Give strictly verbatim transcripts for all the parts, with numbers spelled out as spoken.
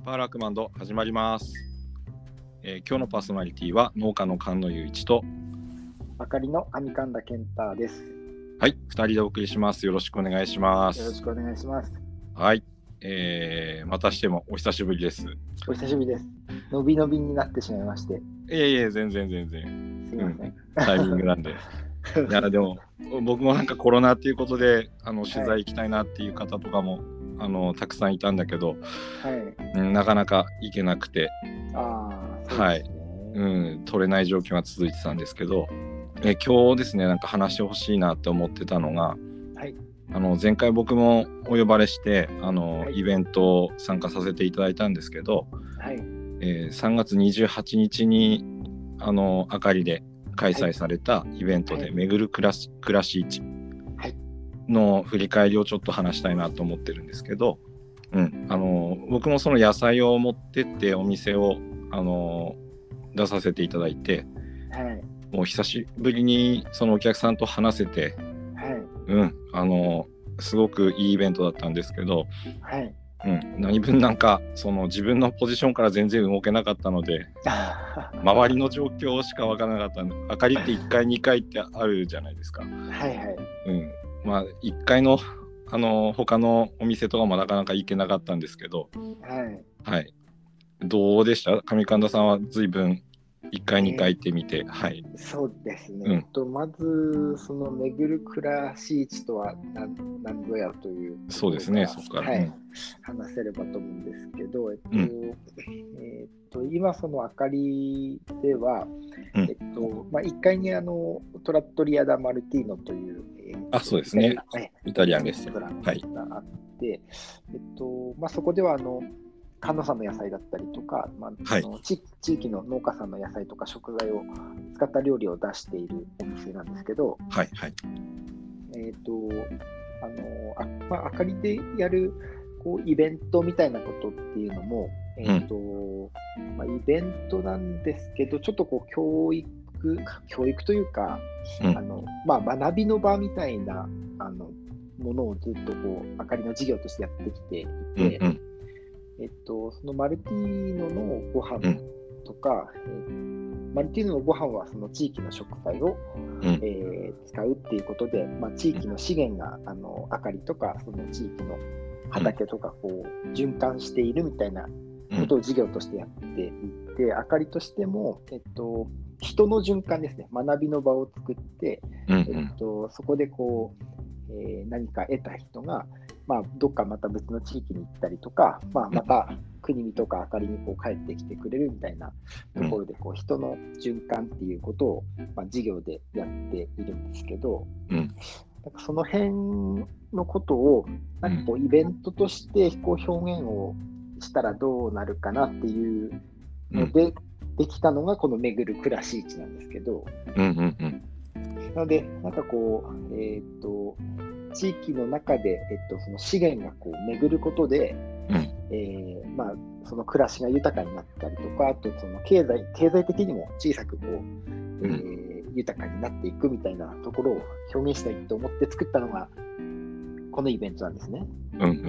パーラークマンド始まります、えー、今日のパーソナリティは農家の菅野雄一とあかりの網神田健太です。 はい、ふたりでお送りします。よろしくお願いします。 よろしくお願いします。 はい、えー、またしてもお久しぶりです。 お久しぶりです。のびのびになってしまいまして。 いえいえ、全然全然。 すいません。うん、 タイミングなんで。いやでも僕もなんかコロナっていうことであの取材行きたいなっていう方とかも、はい、あのたくさんいたんだけど、はい、なかなか行けなくて、 あー、そうですね、 はい、うん、取れない状況が続いてたんですけど、え今日ですね、なんか話してほしいなって思ってたのが、はい、あの前回僕もお呼ばれしてあの、はい、イベントを参加させていただいたんですけど、はい、えー、さんがつにじゅうはちにちにあのあかりで開催されたイベントで、はい、めぐる暮らし暮らし市の振り返りをちょっと話したいなと思ってるんですけど、うん、あの僕もその野菜を持ってってお店をあの出させていただいて、はい、もう久しぶりにそのお客さんと話せて、はい、うん、あのすごくいいイベントだったんですけど、はい、うん、何分なんかその自分のポジションから全然動けなかったので周りの状況しか分からなかったので、あかりっていっかいにかいってあるじゃないですか。はいはい、うん、まあいっかいのあの他のお店とかもなかなか行けなかったんですけど、はいはい、どうでした？上神田さんは随分いっかいにかい行ってみて、えー、はい。 そうですね、うん、とまずそのめぐる暮らし市とは何何ぞやというそうですね、そこから、 はい、 うん、 話せればと思うんですけど、えっとうんえっと今そのあかりでは、うん、えっとまあ、いっかいにあのトラットリアダ・マルティーノという、 えー、あそうですね、イタリアンレストランがあって、はい、えっとまあ、そこではあの菅野さんの野菜だったりとか、まあはい、その地, 地域の農家さんの野菜とか食材を使った料理を出しているお店なんですけど、はいはい、えっとあのあまあ、あかりでやるこうイベントみたいなことっていうのも、えーとうんまあ、イベントなんですけど、ちょっとこう教育教育というか、うんあのまあ、学びの場みたいなあのものをずっとこうあかりの事業としてやってきていて、うんうんえっと、そのマルティーノのご飯とか、うん、えー、マルティーノのご飯はその地域の食材を、うんえー、使うっていうことで、まあ、地域の資源があの明かりとかその地域の畑とかこう循環しているみたいなことを事業としてやっていて、明かりとしても、えっと、人の循環ですね、学びの場を作って、うんうんえっと、そこでこう、えー、何か得た人がまあ、どっかまた別の地域に行ったりとか、まあ、また国見とかあかりにこう帰ってきてくれるみたいなところでこう人の循環っていうことを、まあ、事業でやっているんですけど、うん、なんかその辺のことをなんかこうイベントとしてこう表現をしたらどうなるかなっていうので、できたのがこのめぐる暮らし市なんですけど、うんうんうん、なのでなんかこうえっと地域の中で、えっと、その資源がこう巡ることで、うんえーまあ、その暮らしが豊かになったりとか、あとその経済、経済的にも小さくこう、えー、豊かになっていくみたいなところを表現したいと思って作ったのがこのイベントなんですね。うんうん、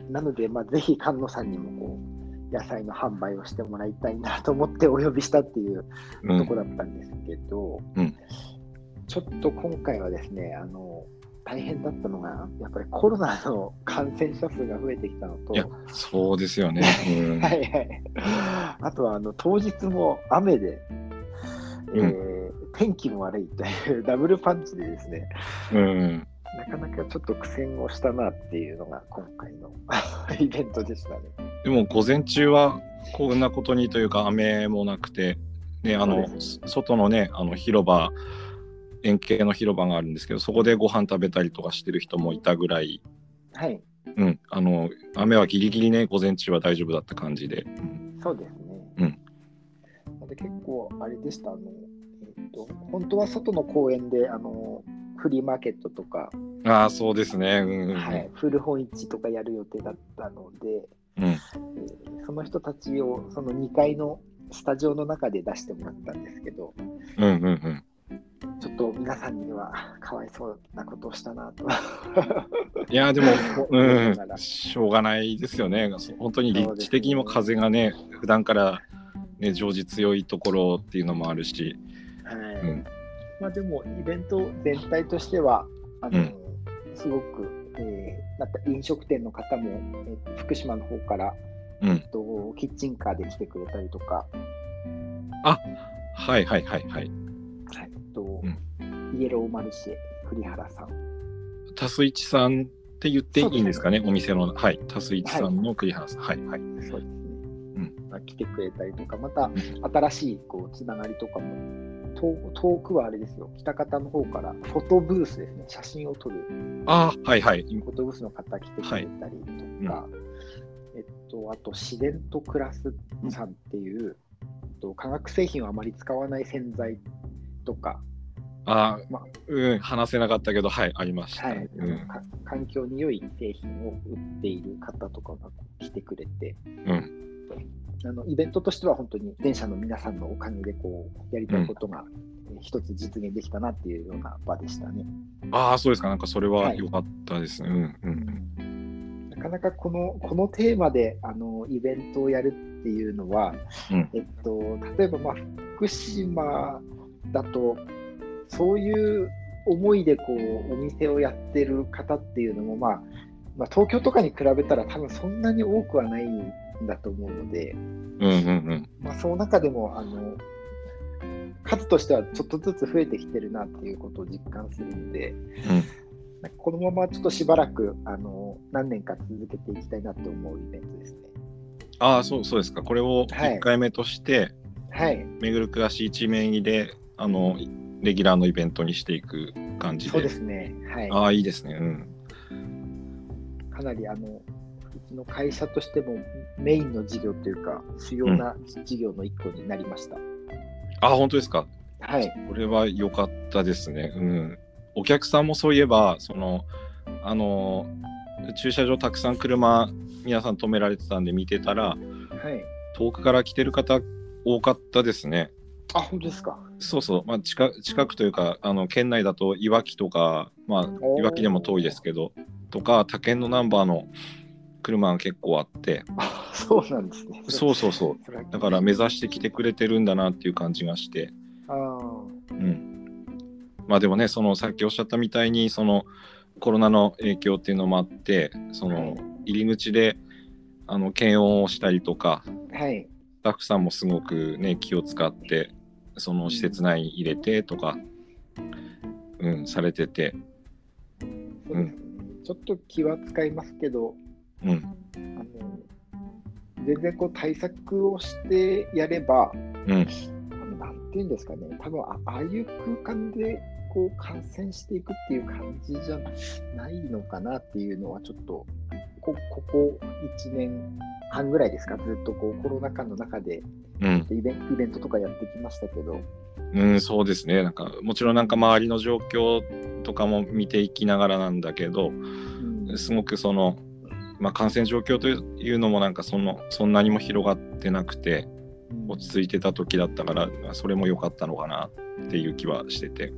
なので、まあ、ぜひ菅野さんにもこう野菜の販売をしてもらいたいなと思ってお呼びしたっていうところだったんですけど、うんうん、ちょっと今回はですね、あの大変だったのがやっぱりコロナの感染者数が増えてきたのと、 いやそうですよね、うん、 はいはい、あとはあの当日も雨で、うんえー、天気も悪いというダブルパンチでですね、うん、なかなかちょっと苦戦をしたなっていうのが今回のイベントでしたね。 でも午前中はこんなことにというか雨もなくて、ね、あの外のねあの広場円形の広場があるんですけど、そこでご飯食べたりとかしてる人もいたぐらい、はいうん、あの雨はギリギリね午前中は大丈夫だった感じで、うん、そうですね、うん、で結構あれでした、あの、えー、と本当は外の公園であのフリーマーケットとかあそうですね、うんうんはい、古本市とかやる予定だったので、うんえー、その人たちをそのにかいのスタジオの中で出してもらったんですけど、うんうんうんちょっと皆さんにはかわいそうなことをしたなといやでも、うん、しょうがないですよね。本当に立地的にも風がね、普段から、ね、常時強いところっていうのもあるし、 はい、うん、まあ、でもイベント全体としてはあの、うん、すごく、えー、また飲食店の方も、えー、福島の方から、うん、えっと、キッチンカーで来てくれたりとか、 あ、はいはいはいはい、はい、 えっと、うん、イエローマルシェ栗原さん、 タスイチさんって言っていいんですかね、お店の、はい、タスイチさんの栗原さん、はい、はい、はい、 そうですね、うんまあ、来てくれたりとか、また新しいこうつながりとかも、遠, 遠くはあれですよ、北方の方からフォトブースですね、写真を撮る、 あ、はいはい、 フォトブースの方来てくれたりとか、はい、うん、えっと、あと自然と暮らすさんっていう、うん、化学製品をあまり使わない洗剤とか、 あ、まあ、うん、話せなかったけど、はい、ありました、 はい、うん、環境に良い製品を売っている方とかが来てくれて、うん、あのイベントとしては本当に電車の皆さんのおかげでこうやりたいことが一つ実現できたなっていうような場でしたね。 うん、ああ、そうですか。なんかそれは良かったですね。はい、うんうん、 なかなかこのこのテーマであのイベントをやるっていうのは、うん、えっと、例えばまあ福島だとそういう思いでこうお店をやってる方っていうのも、まあ、まあ東京とかに比べたら多分そんなに多くはないんだと思うので、 うんうんうん、 まあ、その中でもあの数としてはちょっとずつ増えてきてるなっていうことを実感するので、うん、このままちょっとしばらくあの何年か続けていきたいなと思うイベントですね。 ああ、そうそうですか。これをいっかいめとして、 はい、 めぐる暮らし一面入りであのレギュラーのイベントにしていく感じで。 そうですね。はい。 ああ、いいですね。うん。 かなりあのうちの会社としてもメインの事業というか主要な事業の一個になりました。うん、 あ、本当ですか。 はい。 これは良かったですね。うん。お客さんもそういえばそのあの駐車場たくさん車皆さん止められてたんで見てたら、はい、遠くから来てる方多かったですね。 あ、本当ですか。 そうそう、まあ、近, 近くというかあの県内だといわきとか、まあ、いわきでも遠いですけどとか他県のナンバーの車が結構あって、 あ、そうなんですね。 そうそうそう、だから目指してきてくれてるんだなっていう感じがして、 あ、 うん、まあでもね、そのさっきおっしゃったみたいにそのコロナの影響っていうのもあってその入り口であの検温をしたりとか、 はい、 スタッフさんもすごくね気を使ってその施設内に入れてとか、うん、されてて、 うん、ちょっと気は使いますけど、 うん、 あの全然こう対策をしてやれば、うん、あのなんていうんですかね、多分 あ, ああいう空間でこう感染していくっていう感じじゃないのかなっていうのはちょっと こ, ここいちねんはんぐらいですか、ずっとこうコロナ禍の中でイベント、うん、イベントとかやってきましたけど、 うん、そうですね。なんかもちろんなんか周りの状況とかも見ていきながらなんだけど、うん、すごくその、まあ、感染状況というのもなんかそのそんなにも広がってなくて落ち着いてた時だったから、それも良かったのかなっていう気はしてて、うん、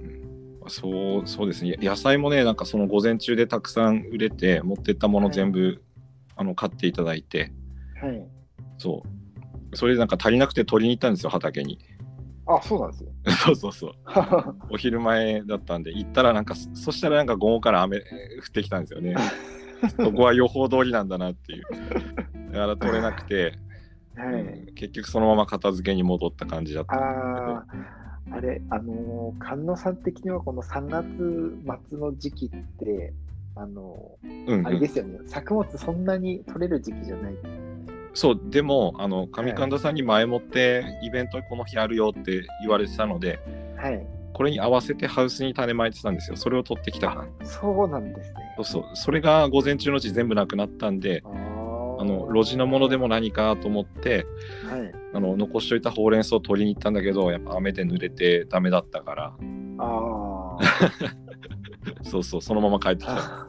そうそうですね。野菜もね、なんかその午前中でたくさん売れて持ってったもの全部、はい、あの買っていただいて、 はい、 そうそれでなんか足りなくて取りに行ったんですよ、畑に。 あ、そうなんですよ。 そうそうそうお昼前だったんで行ったらなんか そ, そしたらなんか午後から雨降ってきたんですよねそこは予報通りなんだなっていう。だから取れなくて、はい、うん、結局そのまま片付けに戻った感じだったんですけど。 ああれ、あのー、菅野さん的にはこのさんがつ末の時期ってあのーうんうん、あれですよね、作物そんなに取れる時期じゃない。 そうでもあの上神田さんに前もってイベントこの日あるよって言われてたので、はい、これに合わせてハウスに種まいてたんですよ。それを取ってきたから。 そうなんですね。 そうそう、それが午前中のうち全部なくなったんで、ああの路地のものでも何かと思って、はい、あの残しといたほうれん草を取りに行ったんだけど、やっぱ雨で濡れてダメだったから、あそうそう、そのまま帰ってきた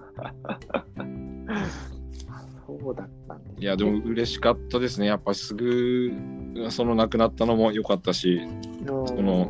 そうだったんですね。 いやでも嬉しかったですね。やっぱすぐその亡くなったのも良かったし、その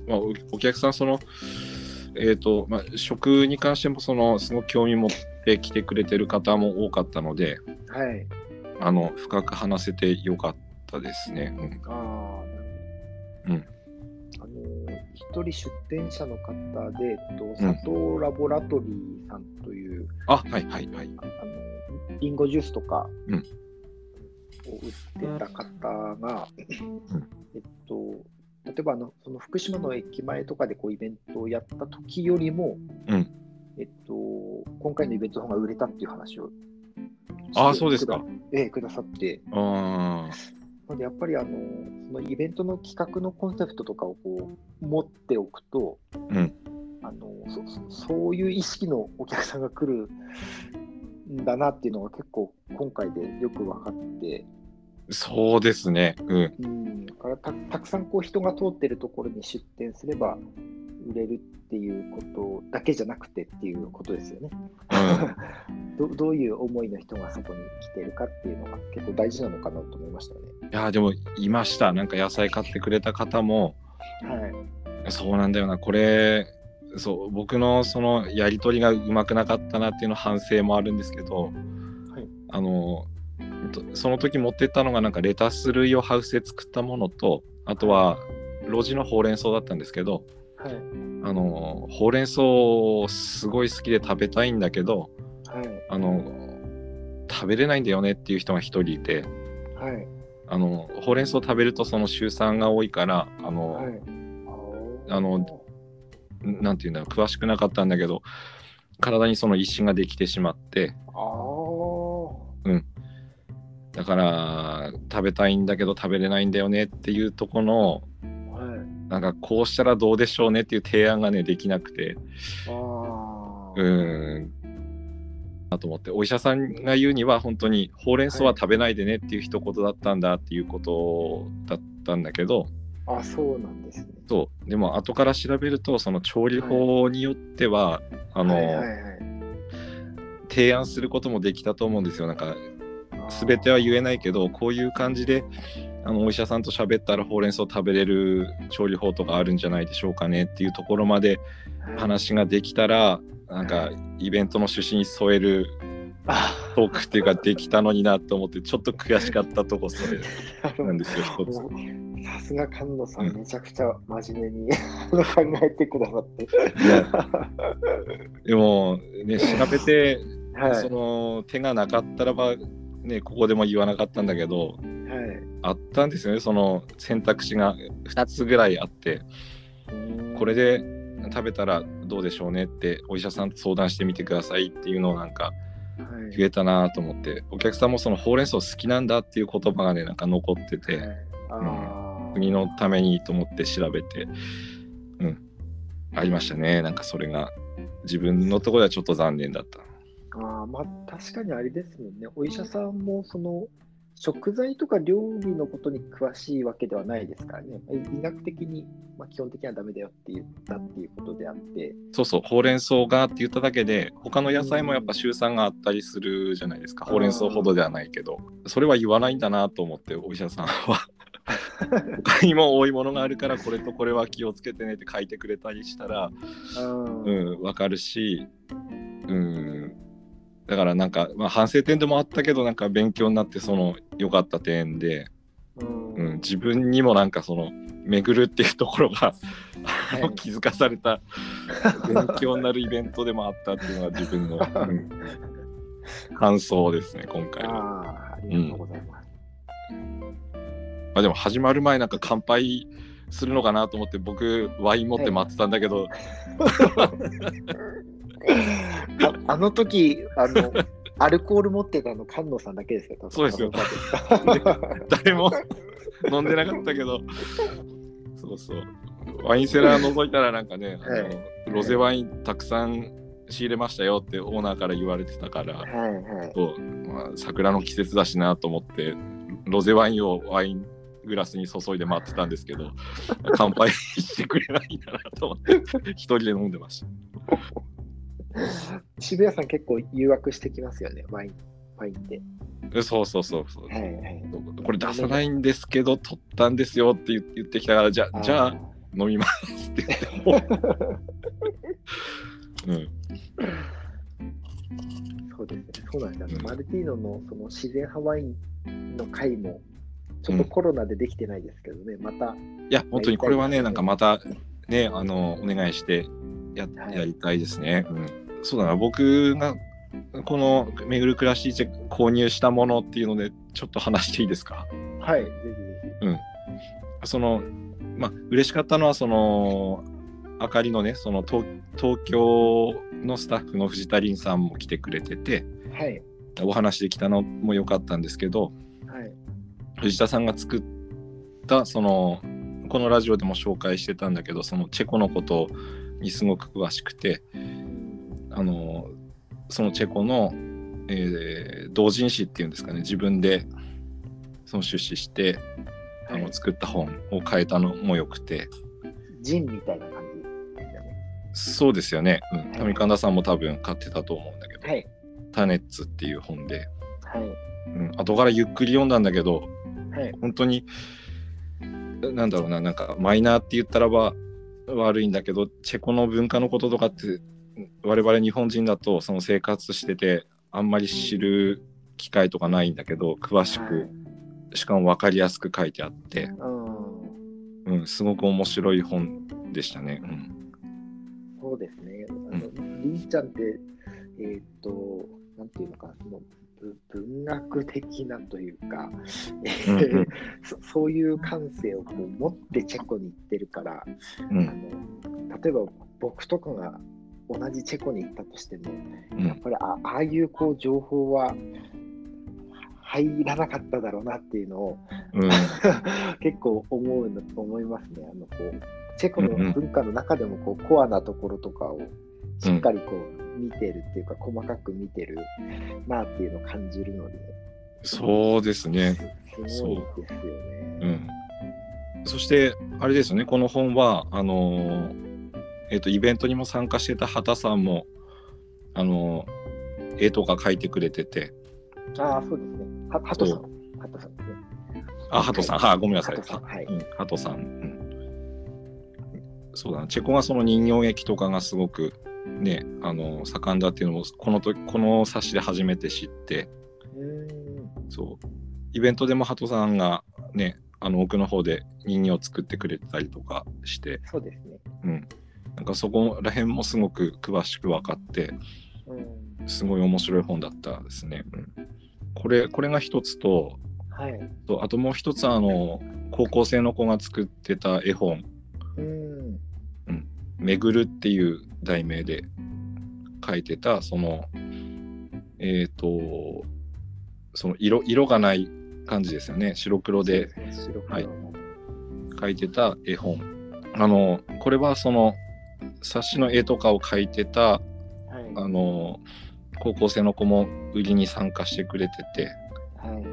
まあ、お, お客さんその、えーとまあ、食に関してもそのすごく興味持って来てくれてる方も多かったので、 はい、 あの深く話せてよかったですね。うん、あうん、あの一人出店者の方で、えっと、佐藤ラボラトリーさんという、うん、 あ、はいはいはい、 あのリンゴジュースとか、 うん、 を売ってた方が、うん、えっと例えばあのその福島の駅前とかでこうイベントをやった時よりも、 うん、 えっと、今回のイベントの方が売れたっていう話をああそうですか、 ええ、くださって、 あなのでやっぱりあのそのイベントの企画のコンセプトとかをこう持っておくと、 うん、 あの そ, そういう意識のお客さんが来るんだなっていうのが結構今回でよく分かって、 そうですね、うん、 うん、だから た, たくさんこう人が通ってるところに出店すれば売れるっていうことだけじゃなくてっていうことですよね。うん、ど, どういう思いの人がそこに来てるかっていうのが結構大事なのかなと思いましたね。 いやでもいました。なんか野菜買ってくれた方も、 はい、 そうなんだよな、これそう僕のそのやり取りがうまくなかったなっていうの反省もあるんですけど、はい、あのその時持ってったのがなんかレタス類をハウスで作ったものと、あとは露地のほうれん草だったんですけど、はい、あのほうれん草すごい好きで食べたいんだけど、はい、あの食べれないんだよねっていう人が一人いて、はい、あのほうれん草食べるとそのシュウ酸が多いからあの、はい、あのなんていうんだろう、詳しくなかったんだけど体にその一疹ができてしまって、あ、うん、だから食べたいんだけど食べれないんだよねっていうとこの、はい、なんかこうしたらどうでしょうねっていう提案がねできなくて、あ、うーんなと思って、お医者さんが言うには本当にほうれん草は食べないでねっていう一言だったんだっていうことだったんだけど、 はい、あ、そうなんですね。 そうでも後から調べるとその調理法によっては、はい、あの、はいはいはい、提案することもできたと思うんですよ。なんか全ては言えないけどこういう感じであのお医者さんと喋ったらほうれん草食べれる調理法とかあるんじゃないでしょうかねっていうところまで話ができたら、なんかイベントの趣旨に添えるトークっていうかできたのになと思ってちょっと悔しかったとこそれなんですよ一つ。 さすが菅野さん、うん、めちゃくちゃ真面目に考えてくださって。 いやでもね調べて、はい、その手がなかったらばねここでも言わなかったんだけど、はい、あったんですよね。その選択肢がふたつぐらいあって、これで食べたらどうでしょうねってお医者さんと相談してみてくださいっていうのをなんか言えたなと思って、はい、お客さんもそのほうれん草好きなんだっていう言葉がねなんか残ってて、はい、あ、うん、国のためにと思って調べて、うん、ありましたね。なんかそれが自分のところではちょっと残念だった。 あ、まあ確かにあれですもんね。お医者さんもその食材とか料理のことに詳しいわけではないですからね。医学的に、まあ、基本的にはダメだよって言ったっていうことであって。 そうそう、ほうれん草がって言っただけで他の野菜もやっぱシュウ酸があったりするじゃないですか。ほうれん草ほどではないけど、それは言わないんだなと思ってお医者さんは他にも多いものがあるからこれとこれは気をつけてねって書いてくれたりしたら、うん、分かるし、うん、だからなんか、まあ、反省点でもあったけどなんか勉強になってその良かった点で、うんうん、自分にもなんかその巡るっていうところが気づかされた勉強になるイベントでもあったっていうのが自分の、うん、感想ですね今回は。 あ、ありがとうございます。 うん、まあ、でも始まる前なんか乾杯するのかなと思って僕ワイン持って待ってたんだけど、 はい、あ, あの時あのアルコール持ってたの菅野さんだけですけど。 そうですよ誰も飲んでなかったけどそうそうワインセラー覗いたらなんかね、はい、あのロゼワインたくさん仕入れましたよってオーナーから言われてたから、はいはい、そう、まあ、桜の季節だしなと思ってロゼワインをワイングラスに注いで待ってたんですけど乾杯してくれないんだなと思って一人で飲んでました。 渋谷さん結構誘惑してきますよね、ワイン、ワインって。 そうそうそうそう、はいはい、これ出さないんですけど取ったんですよって言ってきたからじゃあじゃあ飲みますっって言っても、うん、 そうですね、そうなんですよ、 うん、 マルティーノのその自然派ワインの会もちょっとコロナでできてないですけどね、うん、またいや本当にこれはねなんかまたねあのお願いしてや、はい、やりたいですね、うん、そうだな、僕がこのめぐる暮らしで購入したものっていうのでちょっと話していいですか？ はい、ぜひぜひ。 うん、そのまあ嬉しかったのはそのあかりのねその 東, 東京のスタッフの藤田凛さんも来てくれてて、 はい、 お話できたのも良かったんですけど、 はい、 藤田さんが作ったそのこのラジオでも紹介してたんだけどそのチェコのことにすごく詳しくて、あのそのチェコの、えー、同人誌っていうんですかね、自分でその出資して、はい、あの作った本を変えたのもよくて、 ジンみたいな感じですよね。 そうですよね、うん、上神田さんも多分買ってたと思うんだけど、 はい、 タネッツっていう本で、 はい、 うん、後からゆっくり読んだんだけど、 はい、 本当になんだろうな、なんかマイナーって言ったらば悪いんだけど、チェコの文化のこととかって我々日本人だとその生活しててあんまり知る機会とかないんだけど、詳しく、はい、しかも分かりやすく書いてあって、うん、すごく面白い本でしたね、うん、 そうですね、あの、うん、りんちゃんってえー、っとなんていうのかな、その文学的なというか、うんうん、そ, そういう感性をこう持ってチェコに行ってるから、うん、あの例えば僕とかが同じチェコに行ったとしても、うん、やっぱり あ, ああいうこう情報は入らなかっただろうなっていうのを、うん、結構思う思いますね。あのこうチェコの文化の中でもこうコアなところとかをしっかりこう見てるっていうか、細かく見てるなっていうのを感じるので、 そうですね。 すごいですよね。 うん、そしてあれですよね、この本はあのーえーと、イベントにも参加してた畑さんもあのー、絵とか描いてくれてて、 ああそうですね。は畑さん、畑さんですね。 あ、畑さん、はい、ごめんなさい。 畑さん、はい、 うん、畑さん、うん、そうだな、チェコがその人形劇とかがすごくね、あの盛んだっていうのもこの時この冊子で初めて知って、うん、そうイベントでも鳩さんがねあの奥の方で人形を作ってくれたりとかして、 そうですね、 うん、なんかそこら辺もすごく詳しく分かって、うん、すごい面白い本だったですね、うん、これこれが一つと、はい、とあともう一つあの高校生の子が作ってた絵本、うんうん、めぐるっていう題名で書いてたそのえっとその 色, 色がない感じですよね、白黒で、白黒、はい、書いてた絵本、あのこれはその冊子の絵とかを描いてた、はい、あの高校生の子も売りに参加してくれてて、はい、うん、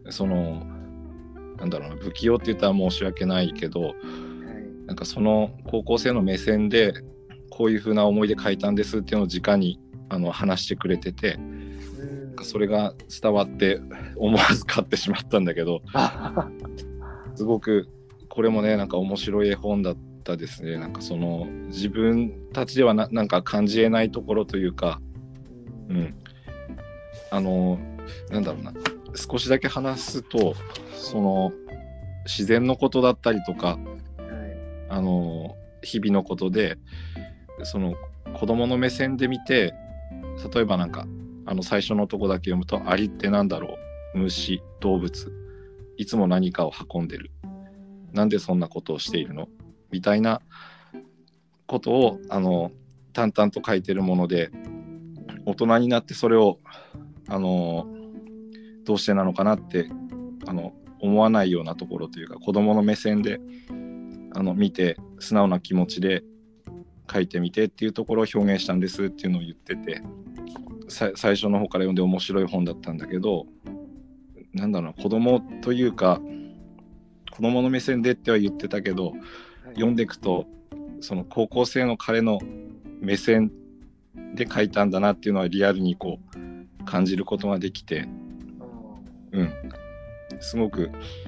そのなんだろうな、不器用って言ったら申し訳ないけど、はい、なんかその高校生の目線でこういう風な思いで書いたんですっていうのを直にあの話してくれてて、なんかそれが伝わって思わず買ってしまったんだけどすごくこれもねなんか面白い絵本だったですね。なんかその自分たちでは な, なんか感じえないところというか、うん、あのなんだろうな、少しだけ話すとその自然のことだったりとか、はい、あの日々のことでその子供の目線で見て、例えばなんかあの最初のとこだけ読むと、アリってなんだろう、虫、動物、いつも何かを運んでる、なんでそんなことをしているのみたいなことをあの淡々と書いてるもので、大人になってそれをあのどうしてなのかなってあの思わないようなところというか、子供の目線であの見て素直な気持ちで書いてみてっていうところを表現したんですっていうのを言ってて、最初の方から読んで面白い本だったんだけど、なんだろうな、子供というか子供の目線でっては言ってたけど、はい、読んでいくとその高校生の彼の目線で書いたんだなっていうのはリアルにこう感じることができて、うん、すごく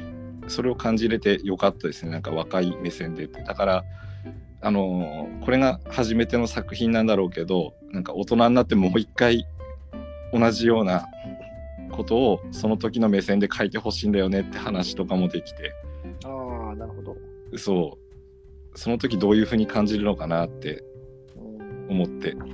それを感じれてよかったですね。なんか若い目線で。だからあのこれが初めての作品なんだろうけど、なんか大人になってもう一回同じようなことをその時の目線で書いてほしいんだよねって話とかもできて、 ああ、なるほど。 そうその時どういう風に感じるのかなって思って、うん、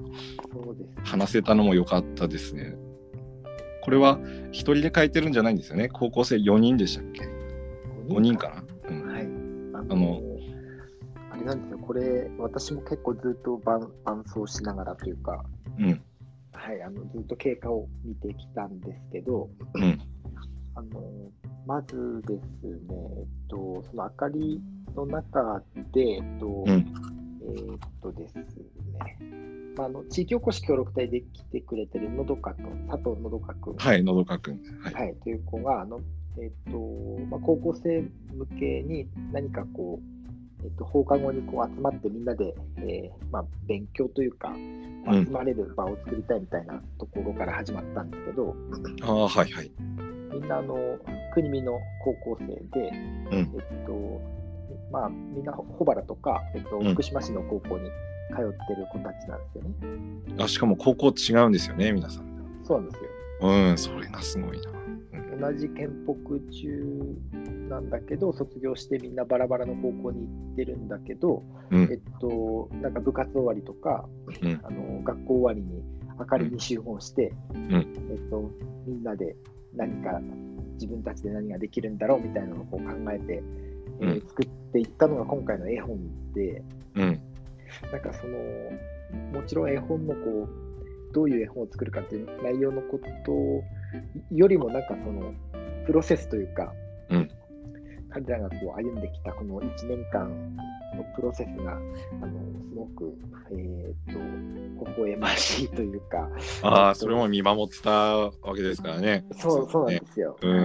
そうです、ね、 話せたのも良かったですね。これは一人で書いてるんじゃないんですよね。高校生よにんでしたっけ？ごにんかな、うん、 はい。あのあのあれなんですよ、これ私も結構ずっと伴走しながらというか、 うんはい、あのずっと経過を見てきたんですけど、 うん、 あのまずですね、えっと、その明かりの中で、えっと、うん、えー、っとですね、まあ、あの地域おこし協力隊で来てくれてるのどかくん、佐藤のどかくん、 はい、のどかくん、はい、 はい、という子が、あのえっとまあ、高校生向けに何かこう、えっと、放課後にこう集まってみんなで、えーまあ、勉強というか、集まれる場を作りたいみたいなところから始まったんですけど、 うん、ああ、はいはい。 みんなあの国見の高校生で、 うん、 えっとまあ、みんな保原とか、えっと、福島市の高校に通ってる子たちなんですよね。 うん、あ、しかも高校違うんですよね、皆さん。 そうなんですよ。 うん、それがすごいな。 うん、同じ県北中なんだけど、卒業してみんなバラバラの高校に行ってるんだけど、うん、えっと、なんか部活終わりとか、うん、あの学校終わりに明かりに集合して、うん、えっと、みんなで何か自分たちで何ができるんだろうみたいなのをこう考えて、うん、えー、作っていったのが今回の絵本で、うん、なんかそのもちろん絵本のこうどういう絵本を作るかっていう内容のことよりもなんかそのプロセスというか、うん、彼らがこう歩んできたこのいちねんかんのプロセスがあのすごく、えー、と微笑ましいというか、 ああ、それも見守ってたわけですからね。 そう、そうなんですよ。 うん、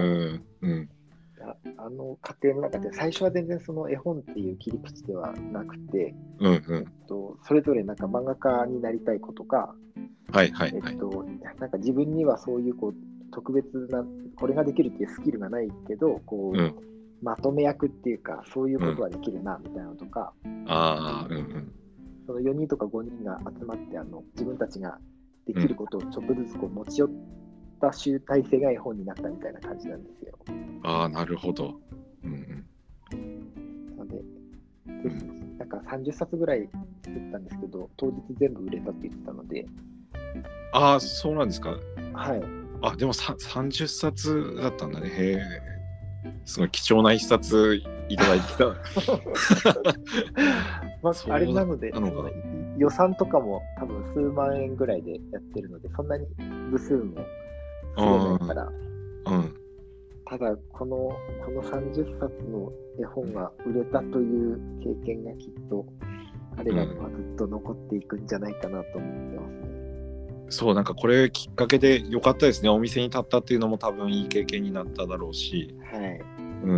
うんあ, あの過程の中で最初は全然その絵本っていう切り口ではなくて、 うんうん、 えっと、それぞれなんか漫画家になりたい子とか、 はいはいはい、 えっと、なんか自分にはそういうこう特別なこれができるっていうスキルがないけどこう、うん、まとめ役っていうかそういうことはできるなみたいなのとか、 うん、あうんうん、 そのよにんとかごにんが集まってあの自分たちができることをちょっとずつこう持ち寄った集大成が絵本になったみたいな感じなんですよ。 ああ、なるほど。うんうん、なので、うん、なんかさんじゅっさつぐらい作ったんですけど、当日全部売れたって言ってたので。 ああ、そうなんですか。はい。あ、でもささんじゅっさつだったんだね。へえ。すごい貴重な一冊いただいてた。 まあ、あれなのでなのか、予算とかも多分数万円ぐらいでやってるので、そんなに部数も少ないから。うん。ただこの、このさんじゅっさつの絵本が売れたという経験がきっと彼らにはずっと残っていくんじゃないかなと思ってますね。 うん、そう、なんかこれきっかけで良かったですね。お店に立ったっていうのも多分いい経験になっただろうし、はい、うん、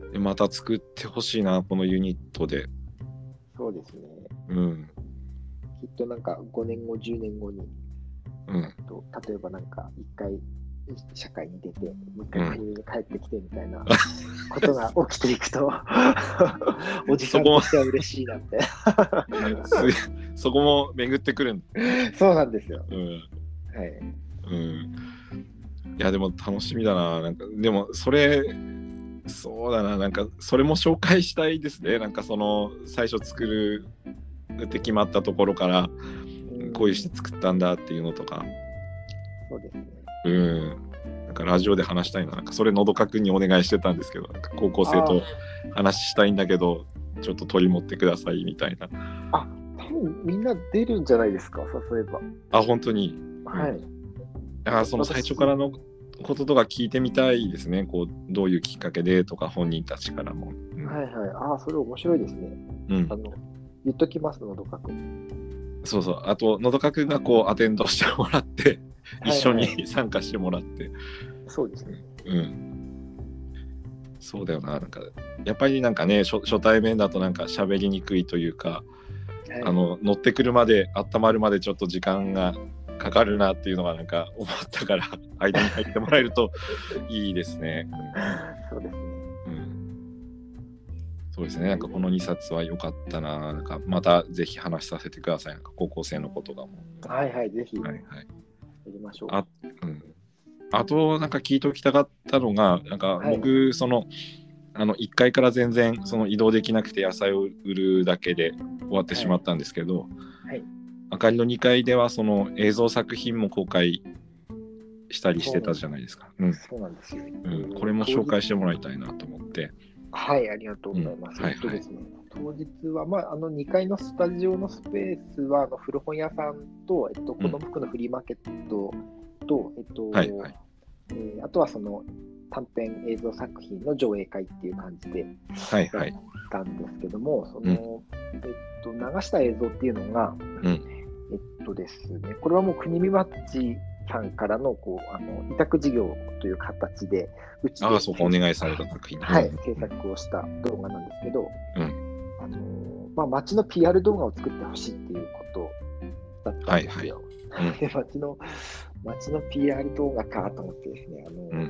でまた作ってほしいな、このユニットで。 そうですね、 うん、 きっとなんかごねんごじゅうねんごに、うん、と例えばなんかいっかい社会に出てもう一回国に帰ってきてみたいなことが起きていくと、うん、おじさんとしては嬉しいなってそこも巡ってくるんそうなんですよ、うん、 はい、うん、いやでも楽しみだな。なんかでもそれそうだな、なんかそれも紹介したいですね。なんかその最初作るって決まったところから、うん、こういうして作ったんだっていうのとか。 そうですね、 うん、なんかラジオで話したいな。なんかそれのどかくんにお願いしてたんですけど、なんか高校生と話したいんだけどちょっと取り持ってくださいみたいな。 あ、多分みんな出るんじゃないですか、そういえば。 あ、本当に。 はい、うん、 あ、その最初からのこととか聞いてみたいですね。こうどういうきっかけでとか本人たちからも、 うん、はいはい。あ、それ面白いですね。うん、あの言っときます、のどかくん。 そうそう、あとのどかくんがこうアテンドしてもらって一緒に参加してもらって、はいはい、 そうですね、 うん、そうだよな。なんかやっぱりなんかね 初, 初対面だとなんか喋りにくいというか、はい、あの乗ってくるまで温まるまでちょっと時間がかかるなっていうのがなんか思ったから間に入ってもらえるといいですね。 そそうですね。 うん、そうですね。なんかこのにさつは良かったな。なんかまたぜひ話させてください。なんか高校生のことがも。 はいはい、ぜひ。 はいはい。 やりましょう。 あ、うん。あとなんか聞いておきたかったのが、なんか僕、はい、そのあのいっかいから全然その移動できなくて野菜を売るだけで終わってしまったんですけど、はいはい、あかりのにかいではその映像作品も公開したりしてたじゃないですか。 そうなんですよ、 うん、これも紹介してもらいたいなと思って。 はい、ありがとうございます。うん、はいはい、ですね、当日は、まあ、あのにかいのスタジオのスペースはあの古本屋さんと、えっと、子供服のフリーマーケットと、うん、えっとはいはいえー、あとはその短編映像作品の上映会っていう感じでやったんですけども、はいはい、その、うん、えっと、流した映像っていうのが、うん、えっとですね、これはもう国見町さんからのこうあの委託事業という形でうちでああそうかお願いされた作品、 はい、うん、制作をした動画なんですけど、うん、あのまあ、町の ピーアール 動画を作ってほしいっていうことだったんですよ。はいはい、で町の町の ピーアール 動画かと思ってですね、あの、うん、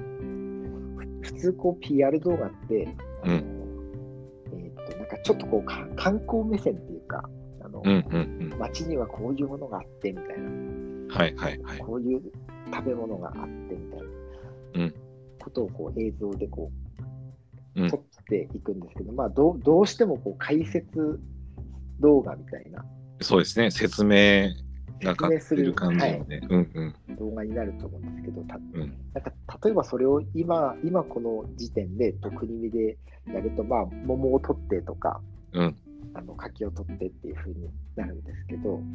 普通こう ピーアール 動画ってあの、うんえー、となんかちょっとこう観光目線っていうか、あの、うんうんうん、町にはこういうものがあってみたいな、 はいはいはい、 こういう食べ物があってみたいな、うん、ことをこう映像でこう撮っていくんですけど、うん、まあどう、どうしてもこう解説動画みたいな、 そうですね、説明がかってる感じのね、はいうんうん、 動画になると思うんですけど、たうん、なんか例えばそれを今、今この時点で国見でやると、まあ、桃を取ってとか、うん、あの柿を取ってっていう風になるんですけど、うん、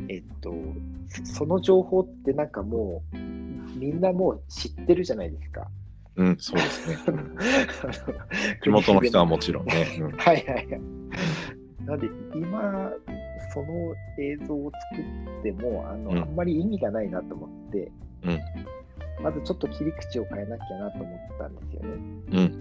えっと、その情報ってなんかもうみんなもう知ってるじゃないですか。 うん、そうですね。うん、地元の人はもちろんね。うん、 はいはいはい。なんで今その映像を作ってもあの、うん、あんまり意味がないなと思って、うん、まずちょっと切り口を変えなきゃなと思ったんですよね。うんうん、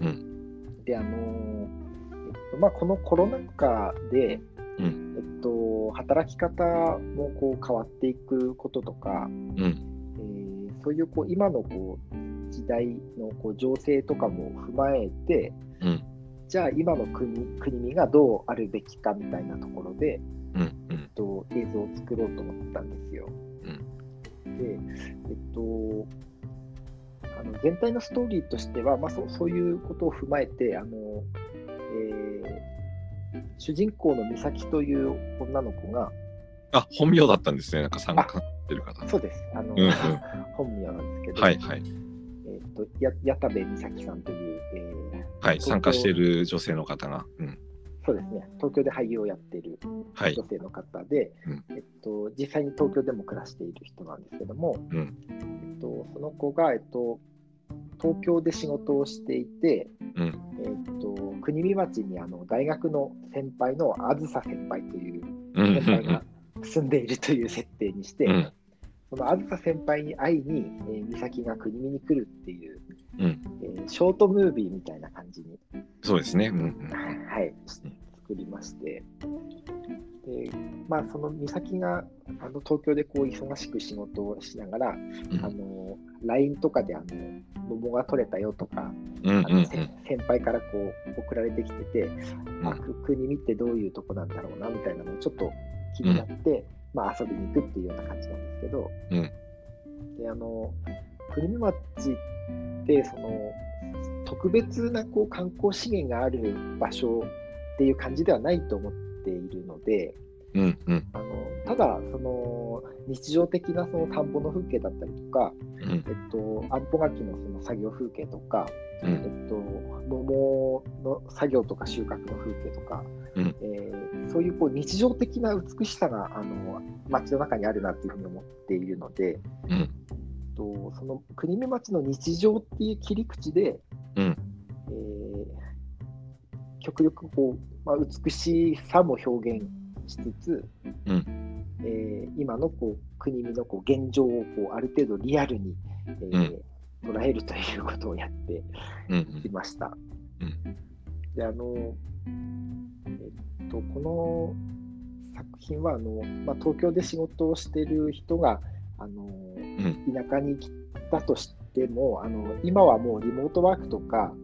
であの、えっとまあ、このコロナ禍で、うんえっと、働き方もこう変わっていくこととか、うんえー、そういうこう今のこう時代のこう情勢とかも踏まえて、うんじゃあ今の国、国見がどうあるべきかみたいなところで、うんうんえっと、映像を作ろうと思ったんですよ。うん、で、えっと、あの全体のストーリーとしては、まあ、そ, そういうことを踏まえて、あのえー、主人公の美咲という女の子が、 あ、本名だったんですね、なんか参加してる方。 そうです、あの、うんうん、本名なんですけど、 はいはいえー、とや矢田部美咲さんという、えーはい、参加している女性の方が、うん、 そうですね、東京で俳優をやっている女性の方で、はいうんえっと、実際に東京でも暮らしている人なんですけども、うんえっと、その子が、えっと、東京で仕事をしていて、うんえっと、国見町にあの大学の先輩のあずさ先輩という先輩が住んでいるという設定にして、うん、そのあずさ先輩に会いに、えー、美咲が国見に来るっていう、うんえー、ショートムービーみたいな感じにそうですね、うんうん、 はい、作りまして、でまあ、その美咲があの東京でこう忙しく仕事をしながら、うん、あの ライン とかであの桃が取れたよとか、うんうんうん、あの先輩からこう送られてきてて、うん、あ国見ってどういうとこなんだろうなみたいなのをちょっと気になって、うんまあ、遊びに行くっていうような感じなんですけど、うん、であの国見町ってその特別なこう観光資源がある場所っていう感じではないと思っているので、うんうん、あのただその日常的なその田んぼの風景だったりとか、うんえっと、あんぽ柿のその作業風景とか、うんえっと、桃の作業とか収穫の風景とか、うんえー、そういうこう日常的な美しさがあの町の中にあるなというふうに思っているので、うんとその国見町の日常っていう切り口で、うんえー、極力こう、まあ、美しさも表現しつつ、うんえー、今のこう国見のこう現状をこうある程度リアルに、えーうん、捉えるということをやっていました。うんうん、であの、えっと、この作品はあの、まあ、東京で仕事をしている人があの、うん、田舎に来たとしてもあの今はもうリモートワークとか、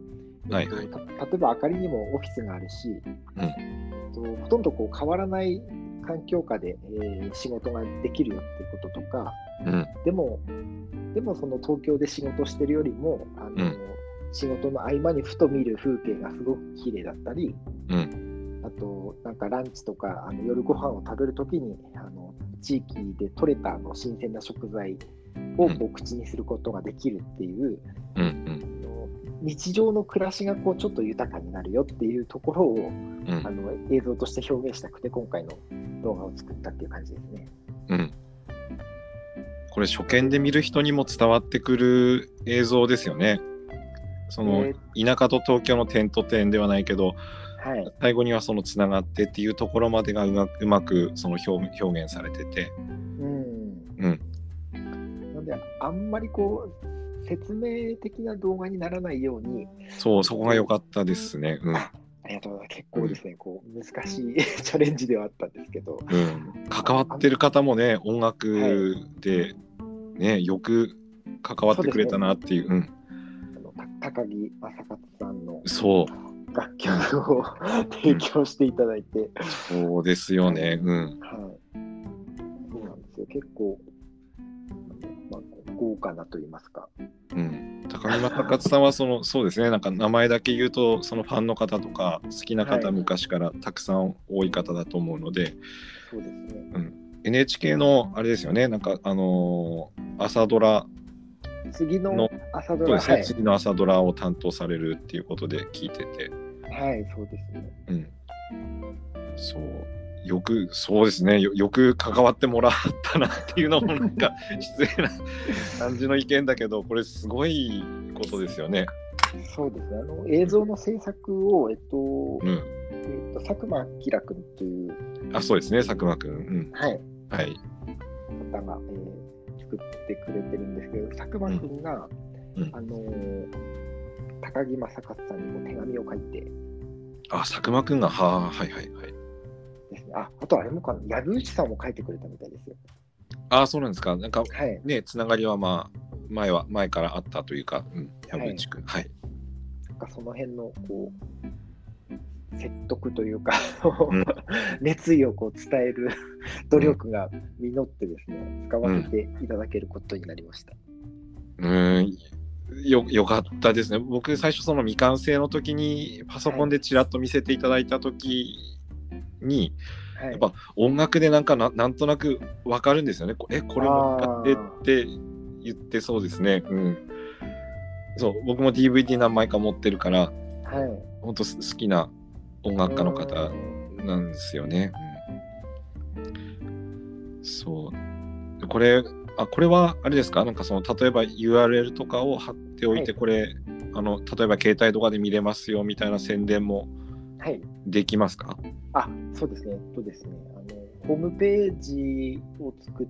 はいはい、 えっと、例えば明かりにもオフィスがあるし、うんえっと、ほとんどこう変わらない環境下で、えー、仕事ができるよっていうこととか、うん、でもでもその東京で仕事してるよりもあの、うん、仕事の合間にふと見る風景がすごく綺麗だったり、うん、あとなんかランチとかあの夜ご飯を食べるときにあの地域で採れたあの新鮮な食材をこう口にすることができるっていう、うんうん、日常の暮らしがこうちょっと豊かになるよっていうところを、うん、あの映像として表現したくて今回の動画を作ったっていう感じですね。 うん、これ初見で見る人にも伝わってくる映像ですよね。その、えー、田舎と東京の点と点ではないけど、はい、最後にはそのつながってっていうところまでがうまく、うまくその 表, 表現されてて、うんうん、なのであんまりこう説明的な動画にならないように、 そうそこが良かったですね。うん、 ありがとうございます。結構ですね、うん、こう難しいチャレンジではあったんですけど、 うん、関わってる方もね音楽で、ね、はい、よく関わってくれたなっていう。 高木正勝さんのそう楽曲を提供していただいて、うん、 そうですよね、はい、うん、はい、 そうなんですよ。結構、まあ、豪華なと言いますか、 うん、高木正勝さんはそのそうですね、なんか名前だけ言うとそのファンの方とか好きな方、はい、昔からたくさん多い方だと思うので、 そうですね、 うん、エヌエイチケー のあれですよね、なんかあのー、朝ドラ次の朝ドラ、 そうですね、はい、次の朝ドラを担当されるっていうことで聞いてて、 はい、そうですね。 うん、そうよくそうですね よ, よく関わってもらったなっていうのもなんか失礼な感じの意見だけど、これすごいことですよね。 そうですね。あの映像の制作をえっと、うんえっと、佐久間明君というあそうですね佐久間君、うん、 はいはい方が、えー作ってくれてるんですけど、佐久間君が、うん、あのー、高木正勝さんにも手紙を書いて、 あ佐久間君がははいはいはいですね。あ、あとあれもかな、藪内さんも書いてくれたみたいですよ。 あそうなんですか。なんか、はい、ねつながりはまあ前は前からあったというか、うん、藪内君、はい、はい、 なんかその辺のこう説得というか、うん、熱意をこう伝える努力が実ってですね、うん、使わせていただけることになりました。 うん、うんよ, よかったですね。僕最初その未完成の時にパソコンでちらっと見せていただいた時に、はい、やっぱ音楽でなんか な, なんとなく分かるんですよね。えこれもやってって言ってそうですね。うん、そう僕も ディーブイディー 何枚か持ってるから、はい、本当好きな音楽家の方なんですよね。うん、そうこれあこれはあれですか、なんかその例えば ユーアールエル とかを貼っておいて、はい、これあの例えば携帯とかで見れますよみたいな宣伝もできますか？はい、 あそうですね、とですねあのホームページを作って、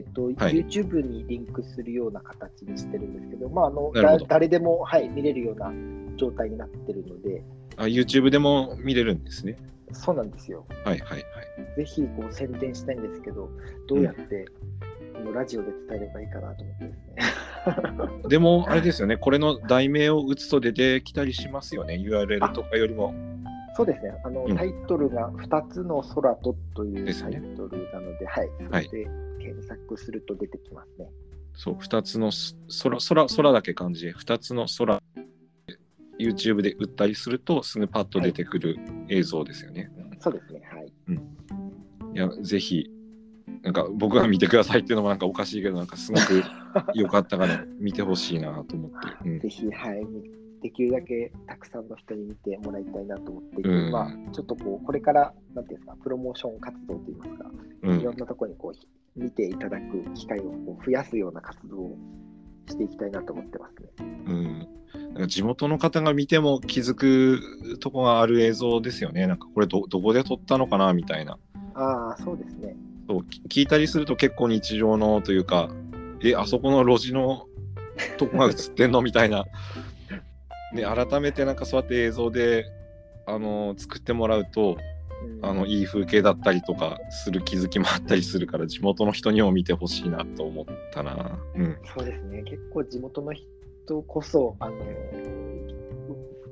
とはい、YouTube にリンクするような形にしてるんですけど、まあ、あのだ誰でも、はい、見れるような状態になってるので、 あ YouTube でも見れるんですね。 そうなんですよ。 はいはいはい。 ぜひこう宣伝したいんですけど、どうやって、うん、ラジオで伝えればいいかなと思ってですね。 でもあれですよね、これの題名を打つと出てきたりしますよね、ユーアールエル とかよりも。 そうですね、あの、うん、タイトルがふたつの空とというタイトルなので、でね、はい、それで検索すると出てきますね。はい、 そう、ふたつの空、空、空だけ漢字で、ふたつの空、YouTube で打ったりすると、すぐパッと出てくる映像ですよね。 はい、そうですね、はい。 うん、いや、ぜひ、なんか僕が見てくださいっていうのもなんかおかしいけど、なんかすごく良かったから見てほしいなと思って。 うん、ぜひ、はい。できるだけたくさんの人に見てもらいたいなと思っていて、うん、まあ、ちょっとこうこれからなんていうんですか、プロモーション活動といいますか、うん、いろんなところにこう見ていただく機会をこう増やすような活動をしていきたいなと思ってますね。 うん、なんか地元の方が見ても気づくとこがある映像ですよね。なんかこれ ど, どこで撮ったのかなみたいな。 ああ、そうですね。 そう聞いたりすると結構日常のというか、えあそこの路地のとこが映ってんのみたいな。で改めてなんかそうやって映像で、あのー、作ってもらうと、うん、あのいい風景だったりとかする気づきもあったりするから、地元の人にも見てほしいなと思ったな、うん、 そうですね。結構地元の人こそあのー、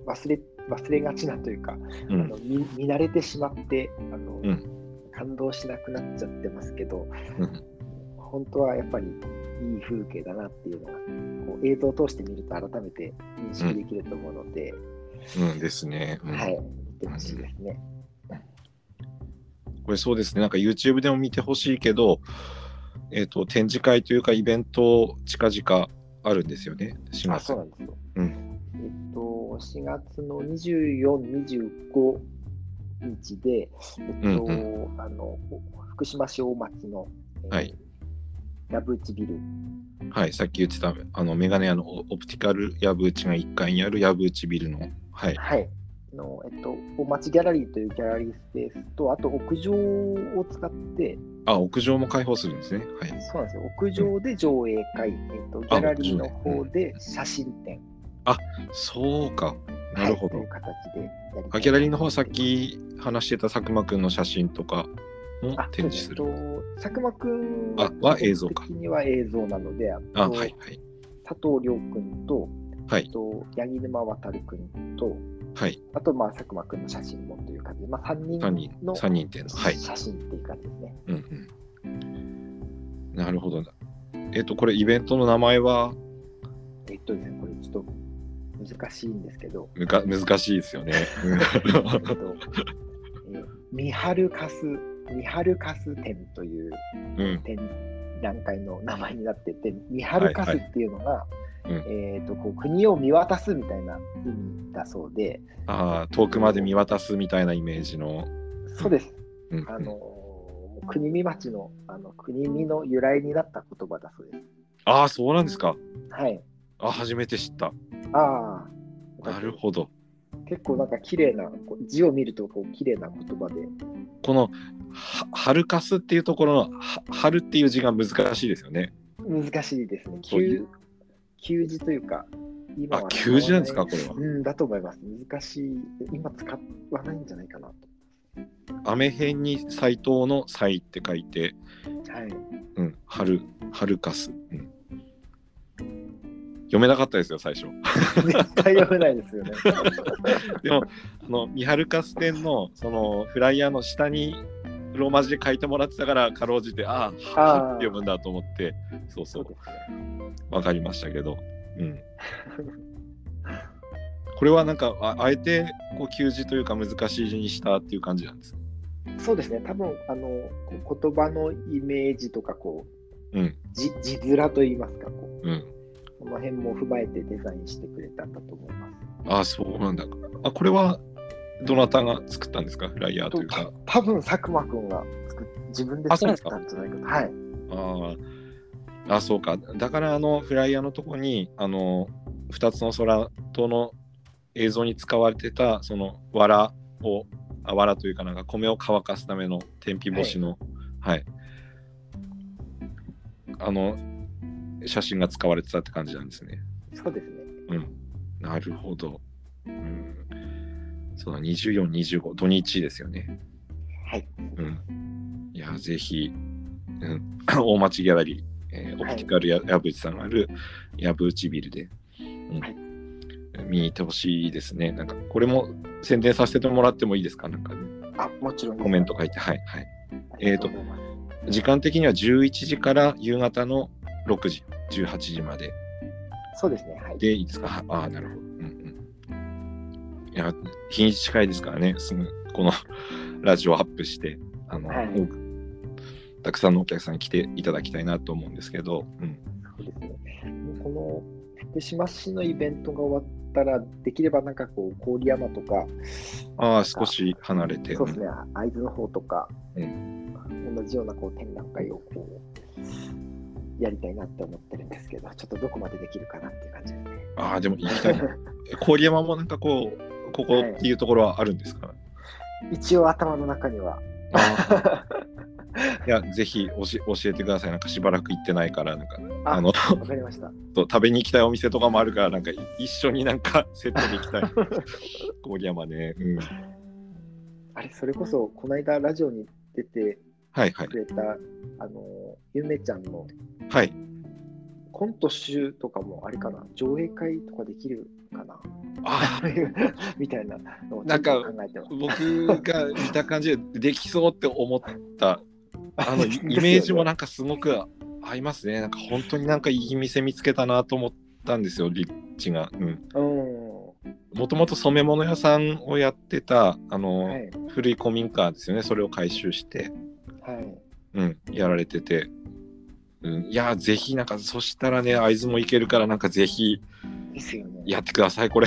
忘れ忘れがちなというか、 うん、 あの 見, 見慣れてしまってあの、 うん、 感動しなくなっちゃってますけど、 うん、 本当はやっぱりいい風景だなっていうのがこう映像を通して見ると改めて認識できると思うので、 うん、うんですね、うん、 はい、見てほしいですね、 うん、これそうですね、なんか YouTube でも見てほしいけど、えーと、展示会というかイベント近々あるんですよね、しがつ。 あ、そうなんですよ、 うん、 えっとしがつのにじゅうよっか、にじゅうごにちで、えっと、うんうん、あの福島市大町の、えーはい、 藪内ビル、 はい、さっき言ってたあのメガネ屋のオプティカル藪内がいっかいにある藪内ビルの、はい、 はい、のえっと、大町ギャラリーというギャラリースペースと、あと屋上を使って、 あ、屋上も開放するんですね。はい、 そうなんですよ。屋上で上映会、うん、えっと、ギャラリーの方で写真展。 あ、そうか。なるほど。 はい、という形でやりあ、ギャラリーの方はさっき話してた佐久間くんの写真とかも展示する。 佐久間くんは映像か。 的には映像なので、あとあ、はいはい、 佐藤亮くんと、 はい、 と八木沼渡くんと、 はい、 あとまあ佐久間くんの写真もという感じで、まあ、さんにんのさんにん展の写真っていう感じですね。 うんうん、なるほど。えっと、これイベントの名前はえっとですね、これちょっと難しいんですけど。 むか難しいですよね。 みはるかす、みはるかす展という展覧会の名前になってて、みはるかすっていうのが、はいはい、えー、とこう国を見渡すみたいな意味だそうで、 あ、遠くまで見渡すみたいなイメージの。 そうです。 うん、 あの国見町の、あの国見の由来になった言葉だそうです。 ああ、そうなんですか。 はい。 あ、初めて知った。 ああ、なるほど。 結構なんか綺麗な字を見るとこう綺麗な言葉で、 このはるかすっていうところの春っていう字が難しいですよね。 難しいですね。旧旧字というか、 今はあ、旧字なんですか、これは。 うん、だと思います。難しい。今使わないんじゃないかなと。 雨辺に斎藤の斎って書いて、 はい。 うん、春、春かす。うん、読めなかったですよ、最初。 絶対読めないですよね。 でも、あの、みはるかす展の、その、フライヤーの下に、ローマ字で書いてもらってたから、かろうじて、ああ、はって読むんだと思って、そうそう、わかりましたけど。うん。これはなんか、あ, あえて、こう、旧字というか難しい字にしたっていう感じなんですか？ そうですね。多分、あの、言葉のイメージとか、こう、うん、 字, 字面といいますか、こう。 うん、 この辺も踏まえてデザインしてくれたんだと思います。 ああ、そうなんだ。あ、これはどなたが作ったんですか？フライヤーというか。 多分佐久間くんが作っ自分で作ったんじゃないかと。はい。 ああ、そうか。だからあのフライヤーのとこにあのふたつの空との映像に使われてたその藁をあ藁というかなんか米を乾かすための天日干しの、はい、はい、あの写真が使われてたって感じなんですね。 そうですね。 うん。なるほど。うん。そうだ、にじゅうよっか、にじゅうご、土日ですよね。 はい。 うん。いや、ぜひ、うん、大町ギャラリー、えー、オプティカルや藪内さんがある藪内ビルで、うん、はい、見に行ってほしいですね。なんか、これも宣伝させてもらってもいいですか？なんか、ね、 あ、もちろん。 コメント書いて、はい、はい。えっと、時間的にはじゅういちじから夕方のろくじ、じゅうはちじまで。 そうですね。はい。 で、いいですか？ああ、なるほど。うんうん。いや、日にち近いですからね、すぐこのラジオアップして、あの、はい、たくさんのお客さんに来ていただきたいなと思うんですけど、うん、 そうですね。この福島市のイベントが終わったら、できればなんかこう、郡山とか、 ああ、少し離れて。 そうですね、会津の方とか、 うん、 同じようなこう展覧会をこうやりたいなって思ってるんですけど、ちょっとどこまでできるかなっていう感じですね。 ああ、でも行きたいな。郡山もなんかこう、ここっていうところはあるんですか？はい、 一応頭の中には。 あいや、ぜひ教え、教えてください。なんかしばらく行ってないから、なんか、 あ, あの、わかりました。 そう、食べに行きたいお店とかもあるから、なんか一緒になんかセットで行きたい。郡山ね。うん。 あれ、それこそ、この間ラジオに出てくれた、はいはい、あの、ゆめちゃんの、 はい。 コント集とかもあれかな、上映会とかできるかな。 あみたいなのをなんか考えてます。 僕が見た感じでできそうって思ったあのイメージもなんかすごく合いますね。なんか本当になんかいい店見つけたなと思ったんですよ、リッチが。もともと染め物屋さんをやってたあの、はい、古い古民家ですよね。それを改修して、はいうん、やられてて、うん、いやぜひなんかそしたらね会津も行けるからなんかぜひやってくださいこれ。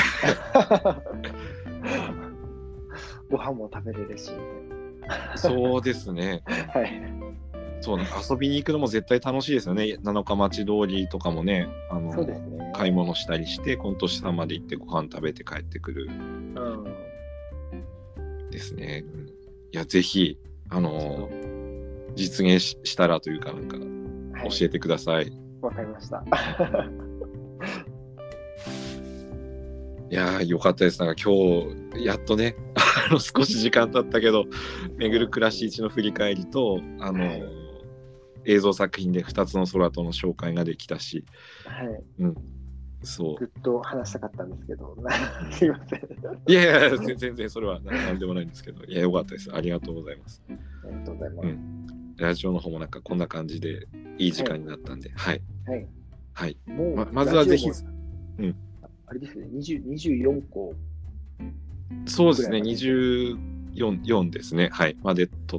ご飯も食べれるし。 そうですね。はい。そうね、遊びに行くのも絶対楽しいですよね。七日町通りとかもね、あのそうですね、買い物したりして、コント師さんまで行ってご飯食べて帰ってくる。うん、ですね。うん、いや、ぜひ、あのー、実現 し, したらというか、なんか、教えてください。 わ、はい、かりました。 いやーよかったです。なんか今日やっとねあの少し時間経ったけどめぐる暮らし一の振り返りとあの、はい、映像作品でふたつの空との紹介ができたし、はいうん、そうずっと話したかったんですけどすいません。 いやいや全然それは何でもないんですけどいやよかったです。ありがとうございます。 ありがとうございます、うん、 ラジオの方もなんかこんな感じでいい時間になったんではいはい、はい、 もうま, まずはぜひうんあれですね、にじゅう、にじゅうよんこ。 そうですね、にじゅうよん、よんですね、はい、まで撮って。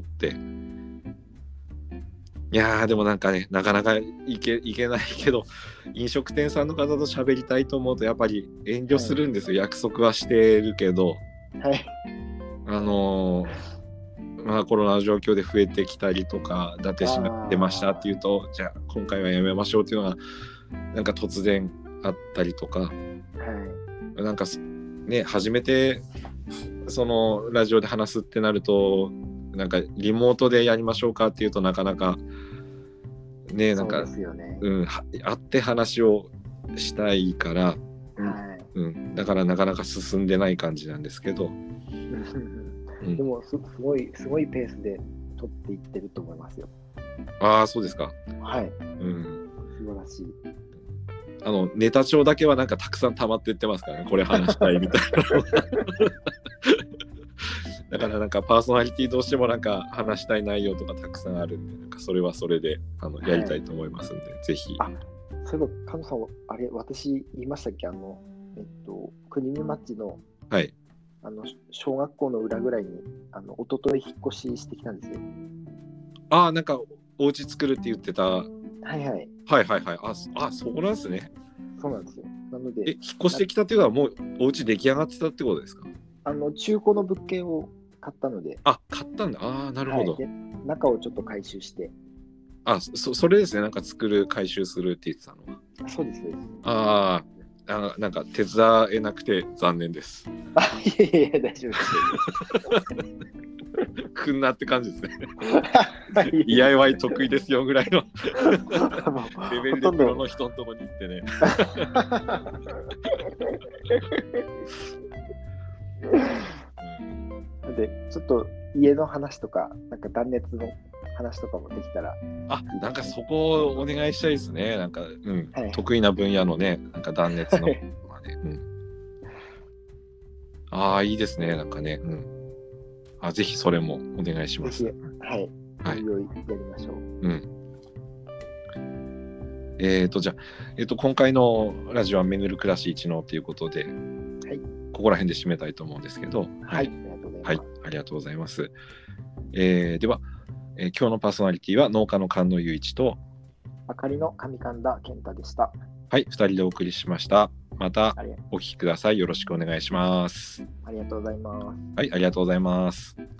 いやー、でもなんかね、なかなかいけ、いけないけど、飲食店さんの方と喋りたいと思うと、やっぱり遠慮するんですよ、はい、約束はしてるけど。はい。あのー、まあコロナの状況で増えてきたりとか、伊達市が出ましたっていうと、じゃあ今回はやめましょうっていうのが、なんか突然あったりとか。はい、なんかね初めてそのラジオで話すってなるとなんかリモートでやりましょうかっていうとなかなかねなんか、ねうん、会って話をしたいから、はいうん、だからなかなか進んでない感じなんですけど、 うん、でも す, すごいすごいペースで撮っていってると思いますよ。 ああそうですか。 はい、うん、素晴らしい。 あのネタ帳だけはなんかたくさん溜まっていってますからねこれ話したいみたいなだからなんかパーソナリティどうしてもなんか話したい内容とかたくさんあるんでなんかそれはそれであのやりたいと思いますんで、はい、ぜひ。 あそういえばカノさんあれ私言いましたっけあのえっと国見町のはいあの小学校の裏ぐらいにあの一昨日引っ越ししてきたんですよ。 ああなんかお家作るって言ってた。 はいはい。 はいはいはい。あ、あそうなんですね。 そうなんですよ。なので、 え、引っ越してきたっていうのはもうお家出来上がってたってことですか？ あの中古の物件を買ったので。 あ、買ったんだ。ああ、なるほど、はい。 で中をちょっと改修して。 あ、そそれですね。なんか作る改修するって言ってたのは。 そうですそうです。 ああ、なんか手伝えなくて残念です。 あ、いやいやいや大丈夫です。 くんなって感じですね。ディーアイワイ 得意ですよぐらいのレベルでプロの人のとこに行ってね。 でちょっと家の話とかなんか断熱の話とかもできたら。 あ、なんかそこをお願いしたいですね。なんか、うんはい、得意な分野のね、なんか断熱の、ねうん、ああいいですね。なんかね。うんあぜひそれもお願いします。 はい。はい。やりましょう。うん。 えっ、ー、とじゃあ、えっ、ー、と今回のラジオはめぐる暮らし一のということで、はい。ここら辺で締めたいと思うんですけど、 はい。 はい。ありがとうございます。えー、では、えー、今日のパーソナリティは農家の菅野雄一とあかりの上神田健太でした。 はい。ふたりでお送りしました。またお聞きください。よろしくお願いします。 ありがとうございます。 はい、ありがとうございます。